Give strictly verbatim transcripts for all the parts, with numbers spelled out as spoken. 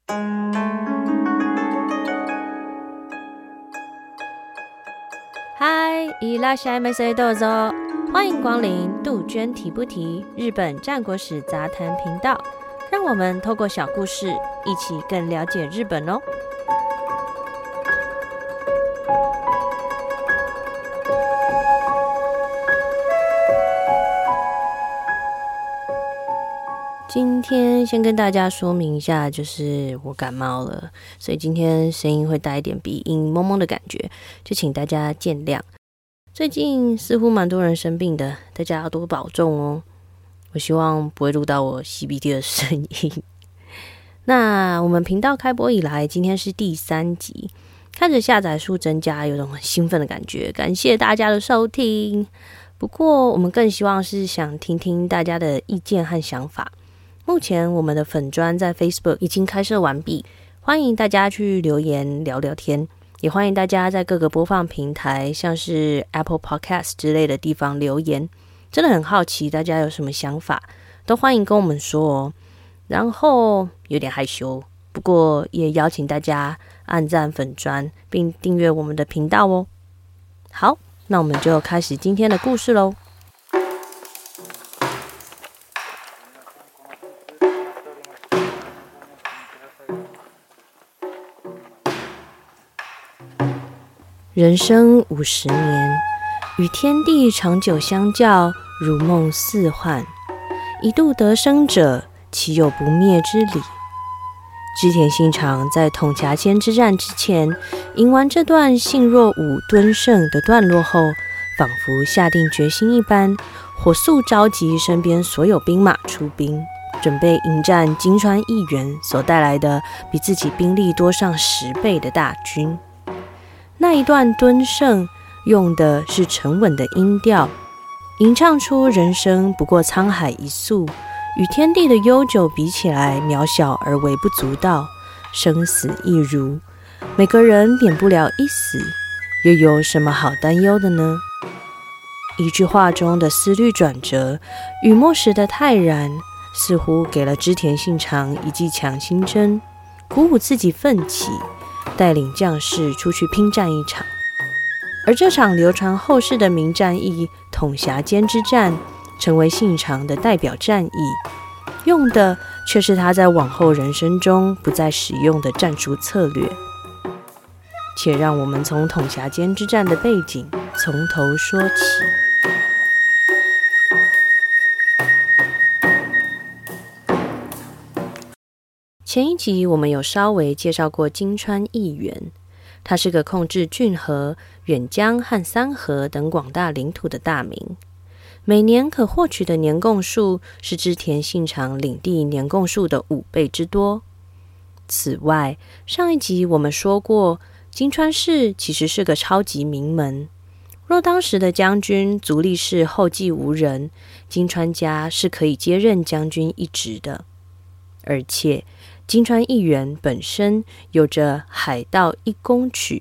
嗨，いらっしゃいませどうぞ，欢迎光临杜鹃提不提日本战国史杂谈频道，让我们透过小故事，一起更了解日本哦。今天先跟大家说明一下，就是我感冒了，所以今天声音会带一点鼻音蒙蒙的感觉，就请大家见谅。最近似乎蛮多人生病的，大家要多保重哦。我希望不会录到我吸鼻涕的声音。那我们频道开播以来，今天是第三集，看着下载数增加，有种很兴奋的感觉，感谢大家的收听。不过我们更希望是想听听大家的意见和想法。目前我们的粉专在 Facebook 已经开设完毕，欢迎大家去留言聊聊天，也欢迎大家在各个播放平台，像是 Apple Podcast 之类的地方留言。真的很好奇大家有什么想法，都欢迎跟我们说哦。然后有点害羞，不过也邀请大家按赞粉专，并订阅我们的频道哦。好，那我们就开始今天的故事咯。人生五十年，与天地长久相较，如梦似幻。一度得生者，岂有不灭之理？织田信长在统辖间之战之前，赢完这段信若武敦胜的段落后，仿佛下定决心一般，火速召集身边所有兵马出兵，准备迎战金川义元所带来的比自己兵力多上十倍的大军。那一段敦胜用的是沉稳的音调，吟唱出人生不过沧海一粟，与天地的悠久比起来渺小而微不足道，生死亦如，每个人免不了一死，又有什么好担忧的呢？一句话中的思虑转折，与末时的泰然，似乎给了织田信长一剂强心针，鼓舞自己奋起，带领将士出去拼战一场。而这场流传后世的名战役统辖间之战，成为信长的代表战役，用的却是他在往后人生中不再使用的战术策略。且让我们从统辖间之战的背景从头说起。前一集我们有稍微介绍过金川义元，他是个控制骏河、远江和三河等广大领土的大名，每年可获取的年贡数是织田信长领地年贡数的五倍之多。此外，上一集我们说过，金川氏其实是个超级名门，若当时的将军足利氏后继无人，金川家是可以接任将军一职的。而且金川义元本身有着海盗一弓取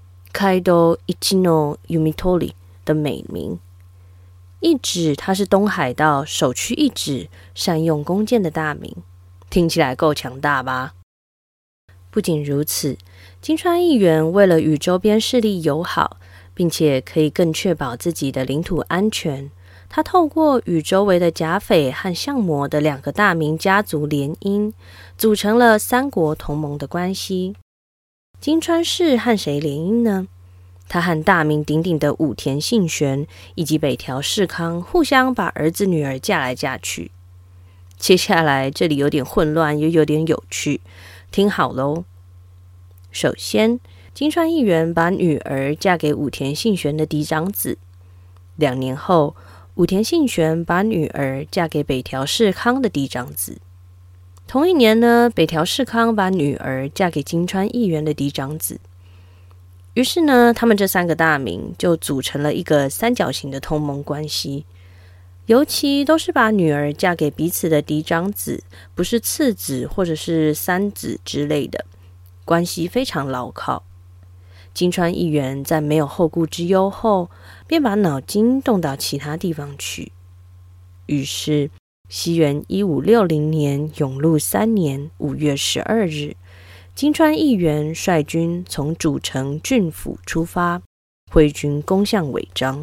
Kaido Ichino Yumitori 的美名，一指他是东海道首屈一指善用弓箭的大名，听起来够强大吧？不仅如此，金川义元为了与周边势力友好，并且可以更确保自己的领土安全，他透过与周围的甲斐和相模的两个大名家族联姻，组成了三国同盟的关系。金川氏和谁联姻呢？他和大名鼎鼎的武田信玄以及北条氏康互相把儿子女儿嫁来嫁去。接下来这里有点混乱，也有点有趣，听好咯。首先，金川义元把女儿嫁给武田信玄的嫡长子。两年后，武田信玄把女儿嫁给北条氏康的嫡长子。同一年呢，北条氏康把女儿嫁给金川义元的嫡长子。于是呢，他们这三个大名就组成了一个三角形的同盟关系。尤其都是把女儿嫁给彼此的嫡长子，不是次子或者是三子之类的，关系非常牢靠。金川义元在没有后顾之忧后，便把脑筋动到其他地方去。于是西元一五六零年永禄三年五月十二日，金川义元率军从主城郡府出发，挥军攻向尾张。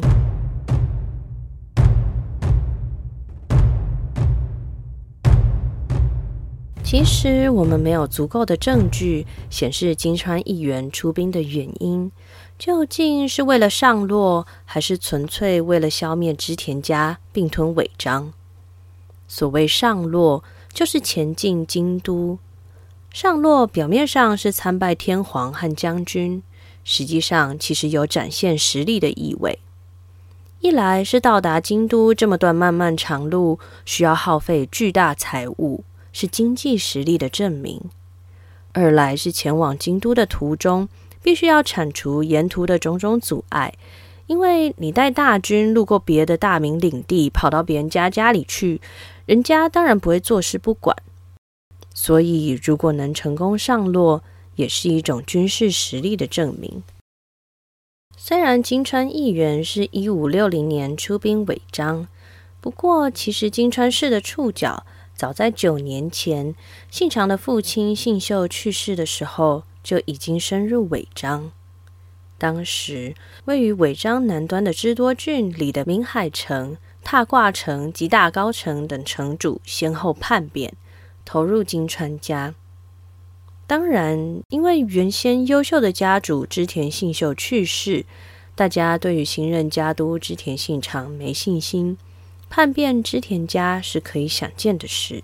其实我们没有足够的证据显示金川义元出兵的原因，究竟是为了上洛，还是纯粹为了消灭织田家并吞尾张？所谓上洛，就是前进京都。上洛表面上是参拜天皇和将军，实际上其实有展现实力的意味。一来是到达京都这么段漫漫长路，需要耗费巨大财物，是经济实力的证明；二来是前往京都的途中，必须要铲除沿途的种种阻碍，因为你带大军路过别的大名领地，跑到别人家家里去，人家当然不会坐视不管。所以如果能成功上洛，也是一种军事实力的证明。虽然金川义元是一五六零年出兵尾张，不过其实金川氏的触角早在九年前，信长的父亲信秀去世的时候，就已经深入尾张。当时位于尾张南端的知多郡里的明海城、踏挂城及大高城等城主先后叛变，投入金川家。当然，因为原先优秀的家主织田信秀去世，大家对于新任家督织田信长没信心，叛变织田家是可以想见的事。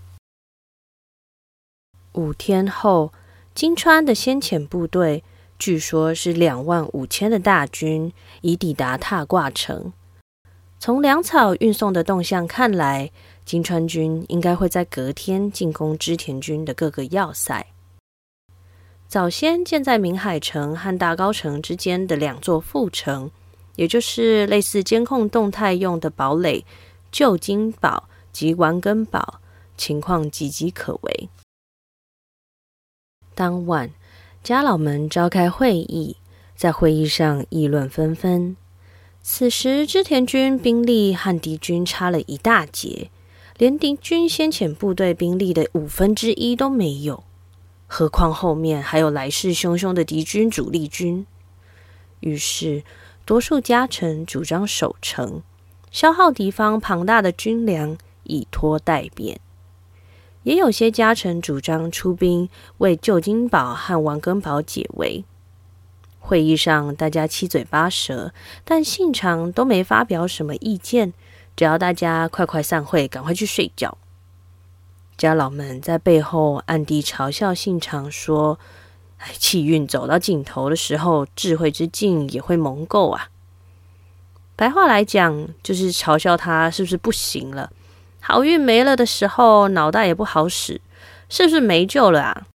五天后，金川的先遣部队据说是两万五千的大军，已抵达踏挂城。从粮草运送的动向看来，金川军应该会在隔天进攻织田军的各个要塞。早先建在明海城和大高城之间的两座副城，也就是类似监控动态用的堡垒旧金堡及丸根堡，情况岌岌可危。当晚，家老们召开会议，在会议上议论纷纷。此时织田军兵力和敌军差了一大截，连敌军先遣部队兵力的五分之一都没有，何况后面还有来势汹汹的敌军主力军。于是多数家臣主张守城，消耗敌方庞大的军粮，以拖待变。也有些家臣主张出兵为旧金堡和丸根堡解围。会议上大家七嘴八舌，但信长都没发表什么意见，只要大家快快散会，赶快去睡觉。家老们在背后暗地嘲笑信长说，哎，气运走到尽头的时候，智慧之镜也会蒙垢啊。白话来讲，就是嘲笑他是不是不行了，好运没了的时候，脑袋也不好使，是不是没救了啊？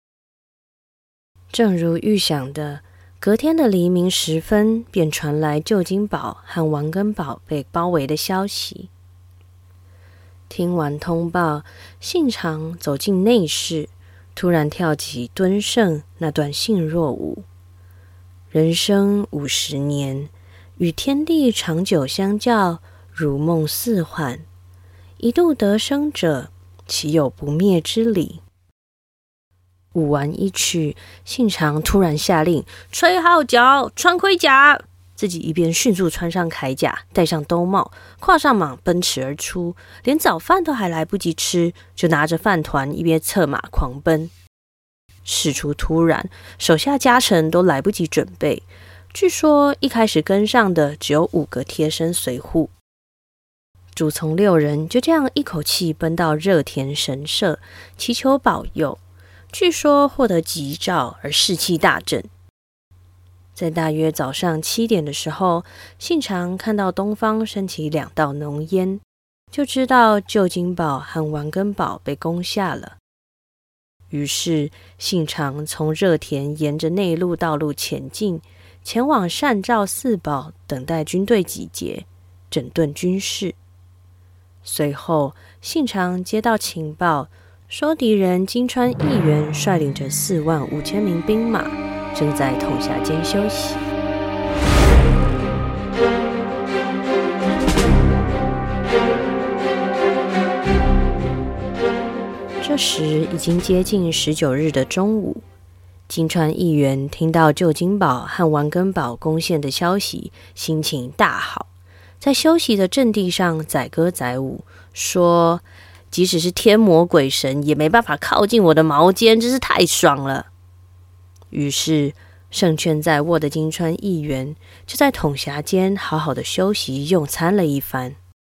正如预想的，隔天的黎明时分，便传来旧金堡和丸根堡被包围的消息。听完通报，信长走进内室，突然跳起敦盛那段信若舞：人生五十年，与天地长久相较，如梦似幻。一度得生者，岂有不灭之理？舞完一曲，信长突然下令吹号角，穿盔甲，自己一边迅速穿上铠甲，戴上兜帽，跨上马奔驰而出，连早饭都还来不及吃，就拿着饭团一边策马狂奔。事出突然，手下家臣都来不及准备，据说一开始跟上的只有五个贴身随护。主从六人就这样一口气奔到热田神社，祈求保佑，据说获得吉兆而士气大振。在大约早上七点的时候，信长看到东方升起两道浓烟，就知道旧金堡和丸根堡被攻下了。于是信长从热田沿着内陆道路前进，前往善照寺堡等待军队集结，整顿军事。随后信长接到情报，说敌人金川义元率领着四万五千名兵马，正在桶下间休息。 这时已经接近十九日的中午，金川议员听到旧金堡和丸根堡攻陷的消息，心情大好，在休息的阵地上载歌载舞，说即使是天魔鬼神也没办法靠近我的毛尖，真是太爽了。于是胜券在握的金川议员就在统辖间好好的休息用餐了一番。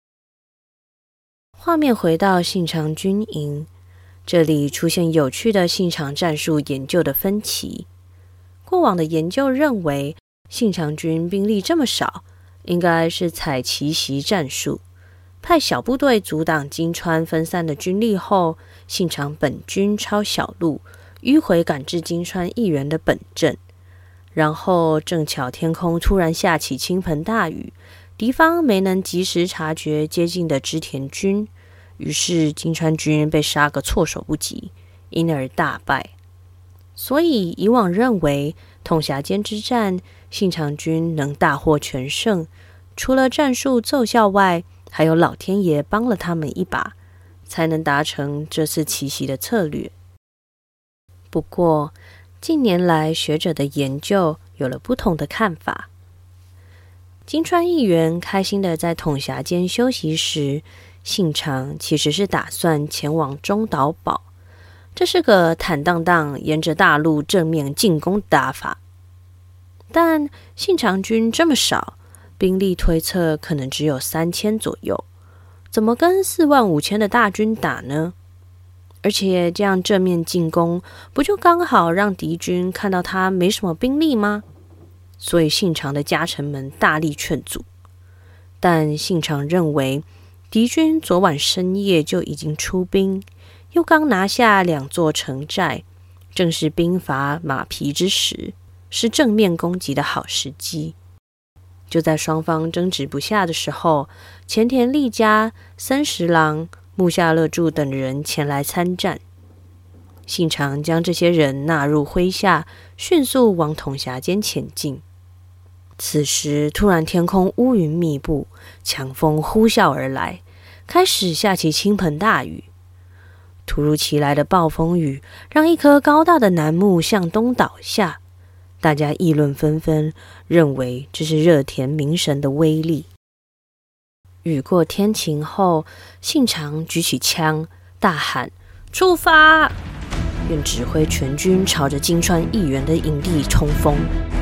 画面回到信长军营，这里出现有趣的信长战术研究的分歧。过往的研究认为，信长军兵力这么少，应该是采奇袭战术，派小部队阻挡金川分散的军力后，信长本军抄小路，迂回赶至金川议员的本阵。然后正巧天空突然下起倾盆大雨，敌方没能及时察觉接近的织田军，于是金川军被杀个措手不及，因而大败。所以以往认为统辖间之战，信长军能大获全胜，除了战术奏效外，还有老天爷帮了他们一把，才能达成这次奇袭的策略。不过近年来学者的研究有了不同的看法。金川议员开心的在统辖间休息时，信长其实是打算前往中岛堡，这是个坦荡荡沿着大路正面进攻的打法。但信长军这么少，兵力推测可能只有三千左右，怎么跟四万五千的大军打呢？而且这样正面进攻，不就刚好让敌军看到他没什么兵力吗？所以信长的家臣们大力劝阻。但信长认为，敌军昨晚深夜就已经出兵，又刚拿下两座城寨，正是兵乏马疲之时，是正面攻击的好时机。就在双方争执不下的时候，前田利家、森十郎、木下乐助等人前来参战。信长将这些人纳入麾下，迅速往统辖间前进。此时突然天空乌云密布，强风呼啸而来，开始下起倾盆大雨。突如其来的暴风雨让一棵高大的楠木向东倒下，大家议论纷纷，认为这是热田明神的威力。雨过天晴后，信长举起枪，大喊出发，便指挥全军朝着金川议员的营地冲锋。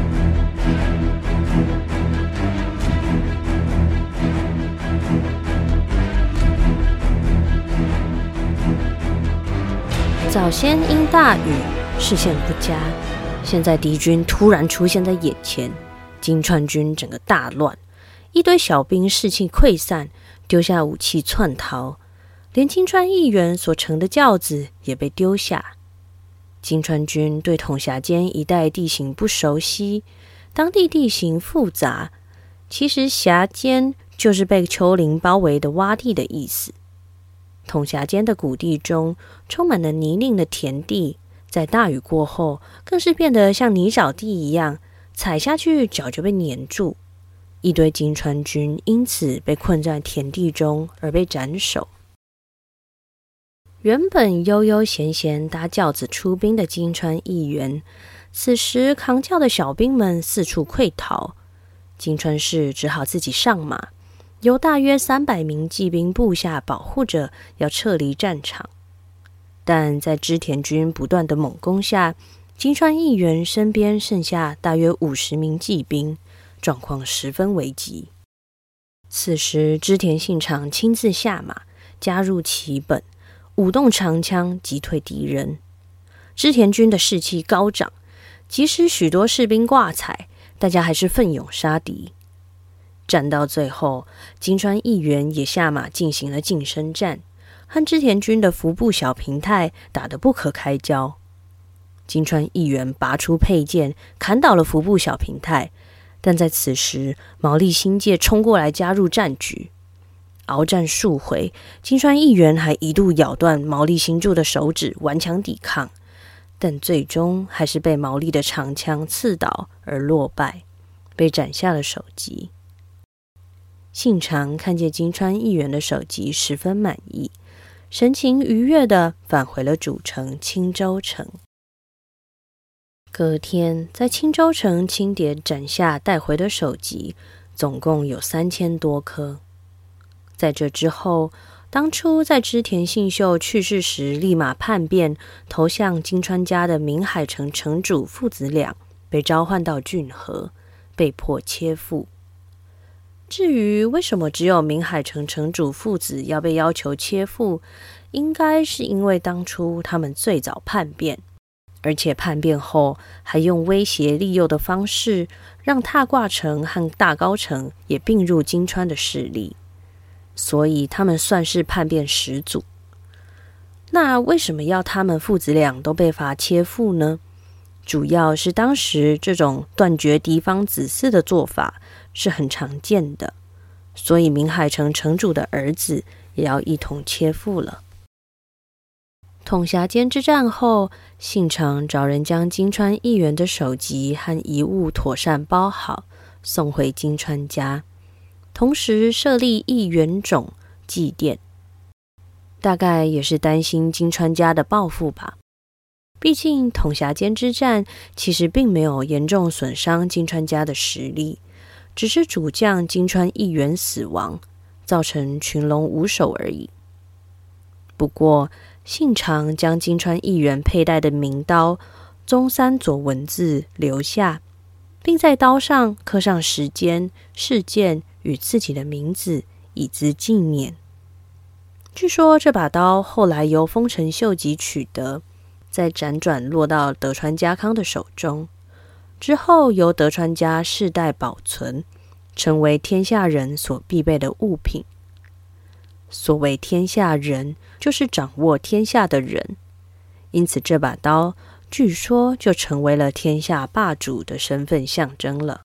早先因大雨视线不佳，现在敌军突然出现在眼前，金川军整个大乱，一堆小兵士气溃散，丢下武器窜逃，连金川议员所乘的轿子也被丢下。金川军对统辖间一带地形不熟悉，当地地形复杂，其实辖间就是被丘陵包围的洼地的意思。统辖间的谷地中充满了泥泞的田地，在大雨过后更是变得像泥沼地一样，踩下去脚就被黏住。一堆金川军因此被困在田地中而被斩首。原本悠悠闲闲搭轿子出兵的金川议员，此时扛轿的小兵们四处溃逃，金川氏只好自己上马，由大约三百名骑兵部下保护着，要撤离战场。但在织田军不断的猛攻下，金川议员身边剩下大约五十名骑兵，状况十分危急。此时织田信长亲自下马，加入其本，舞动长枪击退敌人。织田军的士气高涨，即使许多士兵挂彩，大家还是奋勇杀敌。战到最后，金川议员也下马进行了近身战，和织田军的服部小平太打得不可开交。金川议员拔出佩剑，砍倒了服部小平太，但在此时毛利新介冲过来加入战局。鏖战数回，金川议员还一度咬断毛利新助的手指，顽强抵抗，但最终还是被毛利的长枪刺倒而落败，被斩下了首级。信长看见金川议员的首级十分满意， 神情愉悦地返回了主城青州城。隔天，在青州城清点斩下带回的首级，总共有三千多颗。在这之后，当初在织田信秀去世时立马叛变投向金川家的明海城城主父子俩，被召唤到骏河，被迫切腹。至于为什么只有明海城城主父子要被要求切腹，应该是因为当初他们最早叛变，而且叛变后还用威胁利诱的方式，让踏挂城和大高城也并入金川的势力，所以他们算是叛变始祖。那为什么要他们父子俩都被罚切腹呢？主要是当时这种断绝敌方子嗣的做法是很常见的，所以明海城城主的儿子也要一同切腹了。统辖间之战后，信长找人将金川义元的首级和遗物妥善包好，送回金川家，同时设立义元冢祭奠，大概也是担心金川家的报复吧。毕竟统辖间之战其实并没有严重损伤金川家的实力，只是主将金川义元死亡，造成群龙无首而已。不过信长将金川义元佩戴的名刀中三左文字留下，并在刀上刻上时间、事件与自己的名字，以资纪念。据说这把刀后来由丰臣秀吉取得，再辗转落到德川家康的手中，之后由德川家世代保存，成为天下人所必备的物品。所谓天下人，就是掌握天下的人，因此这把刀据说就成为了天下霸主的身份象征了。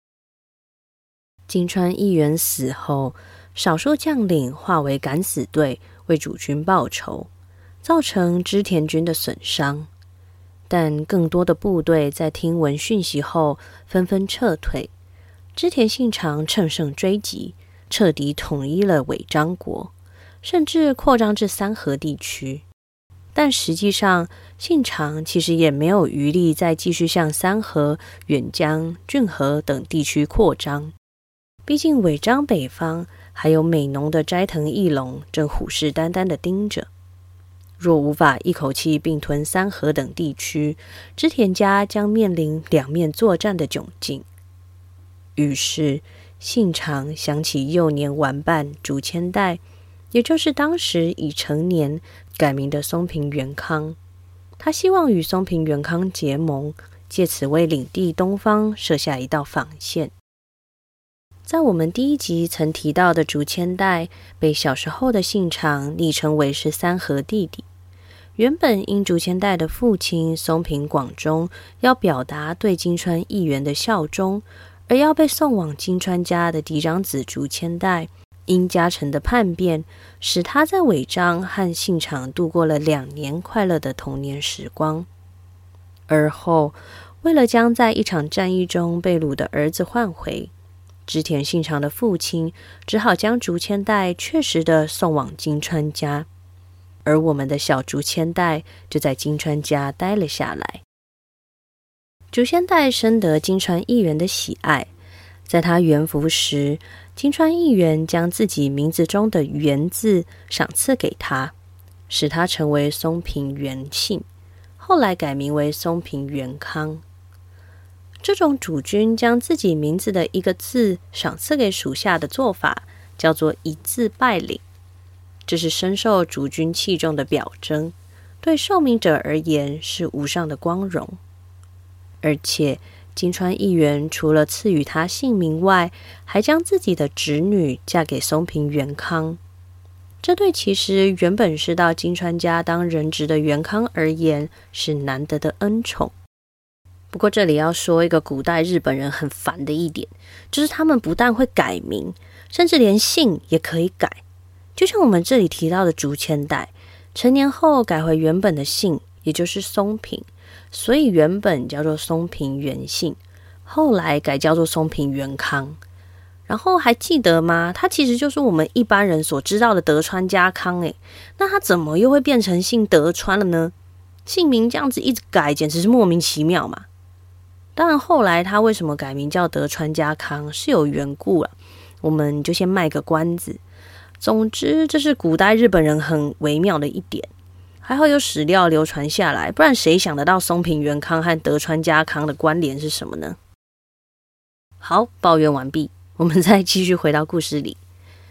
金川义元死后，少数将领化为敢死队为主君报仇，造成织田军的损伤，但更多的部队在听闻讯息后纷纷撤退。织田信长乘胜追击，彻底统一了尾张国，甚至扩张至三河地区。但实际上，信长其实也没有余力再继续向三河、远江、骏河等地区扩张。毕竟尾张北方还有美浓的斋藤义龙正虎视眈眈地盯着。若无法一口气并吞三河等地区，织田家将面临两面作战的窘境。于是信长想起幼年玩伴竹千代，也就是当时已成年改名的松平元康，他希望与松平元康结盟，借此为领地东方设下一道防线。在我们第一集曾提到的竹千代，被小时候的信长昵称为是三河弟弟。原本因竹千代的父亲松平广忠要表达对金川义元的效忠，而要被送往金川家的嫡长子竹千代，因家臣的叛变，使他在尾张和信长度过了两年快乐的童年时光。而后，为了将在一场战役中被掳的儿子换回，织田信长的父亲只好将竹千代确实的送往金川家，而我们的小竹千代就在金川家待了下来。竹千代深得金川义元的喜爱，在他元服时，金川义元将自己名字中的元字赏赐给他，使他成为松平元信，后来改名为松平元康。这种主君将自己名字的一个字赏赐给属下的做法，叫做一字拜领。这是深受主君器重的表征，对受名者而言是无上的光荣。而且金川义元除了赐予他姓名外，还将自己的侄女嫁给松平元康。这对其实原本是到金川家当人质的元康而言，是难得的恩宠。不过这里要说一个古代日本人很烦的一点，就是他们不但会改名，甚至连姓也可以改。就像我们这里提到的竹千代，成年后改回原本的姓，也就是松平，所以原本叫做松平元信，后来改叫做松平元康。 然后还记得吗？他其实就是我们一般人所知道的德川家康诶，那他怎么又会变成姓德川了呢？姓名这样子一直改，简直是莫名其妙嘛。当然后来他为什么改名叫德川家康是有缘故了，我们就先卖个关子。总之这是古代日本人很微妙的一点，还好有史料流传下来，不然谁想得到松平元康和德川家康的关联是什么呢？好，抱怨完毕，我们再继续回到故事里。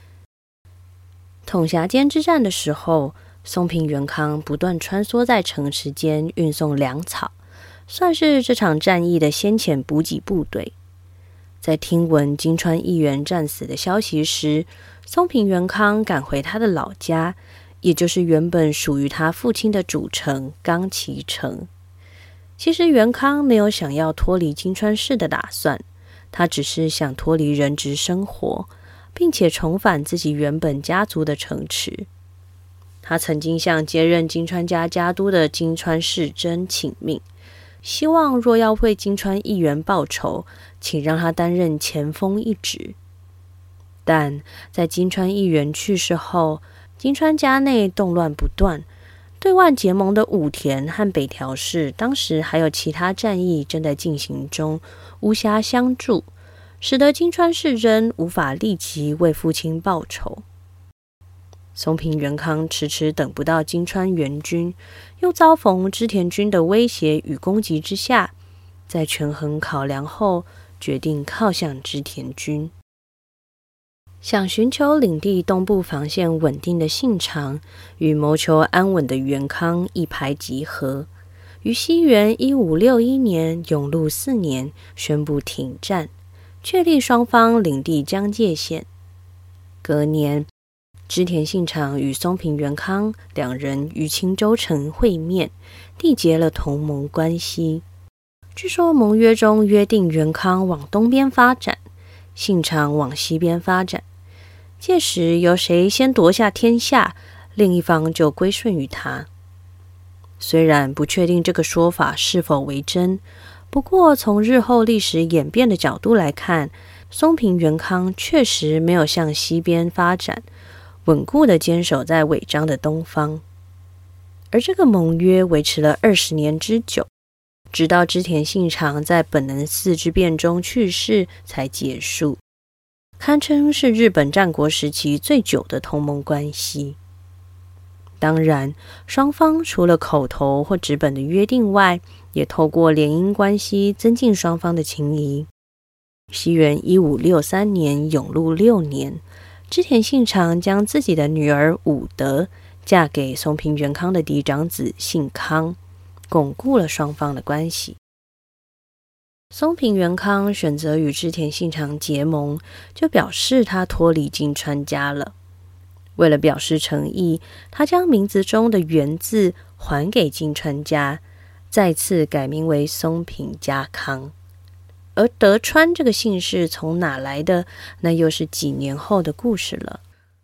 统辖间之战的时候，松平元康不断穿梭在城池间运送粮草，算是这场战役的先遣补给部队。在听闻金川议员战死的消息时，松平元康赶回他的老家，也就是原本属于他父亲的主城冈崎城。其实元康没有想要脱离金川市的打算，他只是想脱离人质生活，并且重返自己原本家族的城池。他曾经向接任金川家家督的金川世真请命，希望若要为金川议员报仇，请让他担任前锋一职。但在金川议员去世后，金川家内动乱不断，对外结盟的武田和北条氏当时还有其他战役正在进行中，无暇相助，使得金川世真无法立即为父亲报仇。松平元康迟迟等不到金川援军，又遭逢织田军的威胁与攻击之下，在权衡考量后，决定靠向织田军。想寻求领地东部防线稳定的信长，与谋求安稳的元康一拍即合，于西元一五六一年永禄四年宣布停战，确立双方领地疆界线。隔年，织田信长与松平元康两人于青州城会面，缔结了同盟关系。据说盟约中约定元康往东边发展，信长往西边发展，届时由谁先夺下天下，另一方就归顺于他。虽然不确定这个说法是否为真，不过从日后历史演变的角度来看，松平元康确实没有向西边发展，稳固地坚守在尾张的东方。而这个盟约维持了二十年之久，直到织田信长在本能寺之变中去世才结束，堪称是日本战国时期最久的同盟关系。当然，双方除了口头或纸本的约定外，也透过联姻关系增进双方的情谊。西元一五六三年永禄六年，织田信长将自己的女儿武德嫁给松平元康的嫡长子信康，巩固了双方的关系。松平元康选择与织田信长结盟，就表示他脱离金川家了。为了表示诚意，他将名字中的元字还给金川家，再次改名为松平家康。而德川这个姓氏从哪来的，那又是几年后的故事了。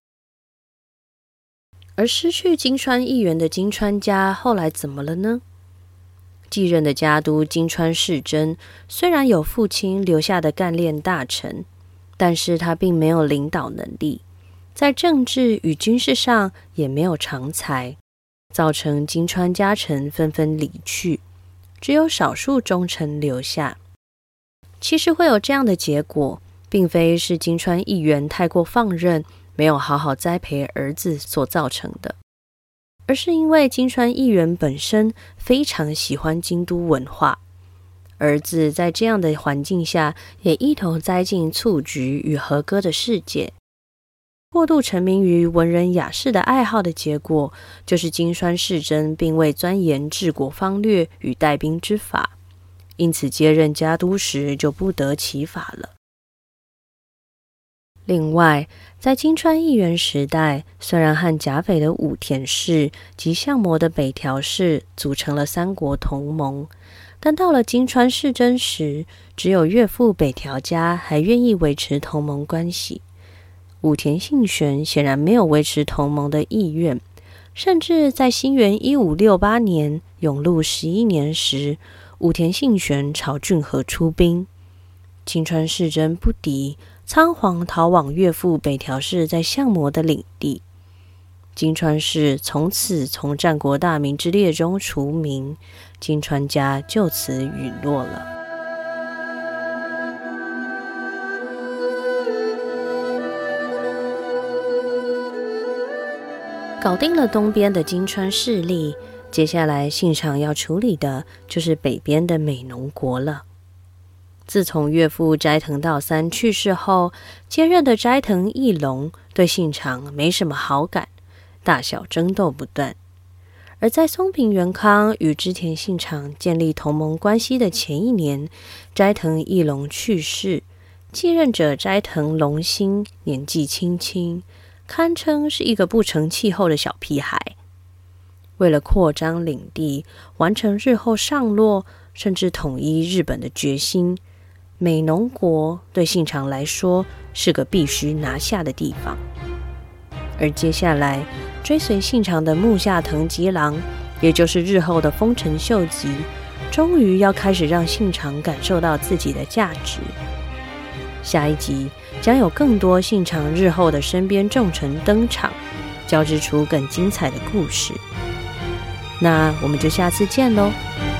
而失去金川议员的金川家后来怎么了呢？继任的家督金川世真虽然有父亲留下的干练大臣，但是他并没有领导能力，在政治与军事上也没有长才，造成金川家臣纷纷离去，只有少数忠臣留下。其实会有这样的结果，并非是金川议员太过放任，没有好好栽培儿子所造成的，而是因为金川议员本身非常喜欢京都文化，儿子在这样的环境下也一头栽进蹴鞠与和歌的世界。过度沉迷于文人雅士的爱好的结果，就是金川世真并未钻研治国方略与带兵之法，因此接任家督时就不得其法了。另外，在金川议员时代，虽然和甲斐的武田氏及相模的北条氏组成了三国同盟，但到了金川世真时，只有岳父北条家还愿意维持同盟关系。武田信玄显然没有维持同盟的意愿，甚至在西元一五六八年永禄十一年时，武田信玄朝骏河出兵，金川世真不敌， 仓皇逃往岳父北条氏在相模的领地。金川氏从此从战国大名之列中除名，金川家就此陨落了。搞定了东边的金川势力，接下来信长要处理的就是北边的美浓国了。自从岳父斋藤道三去世后，接任的斋藤义龙对信长没什么好感，大小争斗不断。而在松平元康与织田信长建立同盟关系的前一年，斋藤义龙去世，继任者斋藤龙兴年纪轻轻，堪称是一个不成气候的小屁孩。为了扩张领地，完成日后上洛甚至统一日本的决心，美浓国对信长来说是个必须拿下的地方。而接下来追随信长的木下藤吉郎，也就是日后的丰臣秀吉，终于要开始让信长感受到自己的价值。下一集将有更多信长日后的身边重臣登场，交织出更精彩的故事。那我们就下次见喽。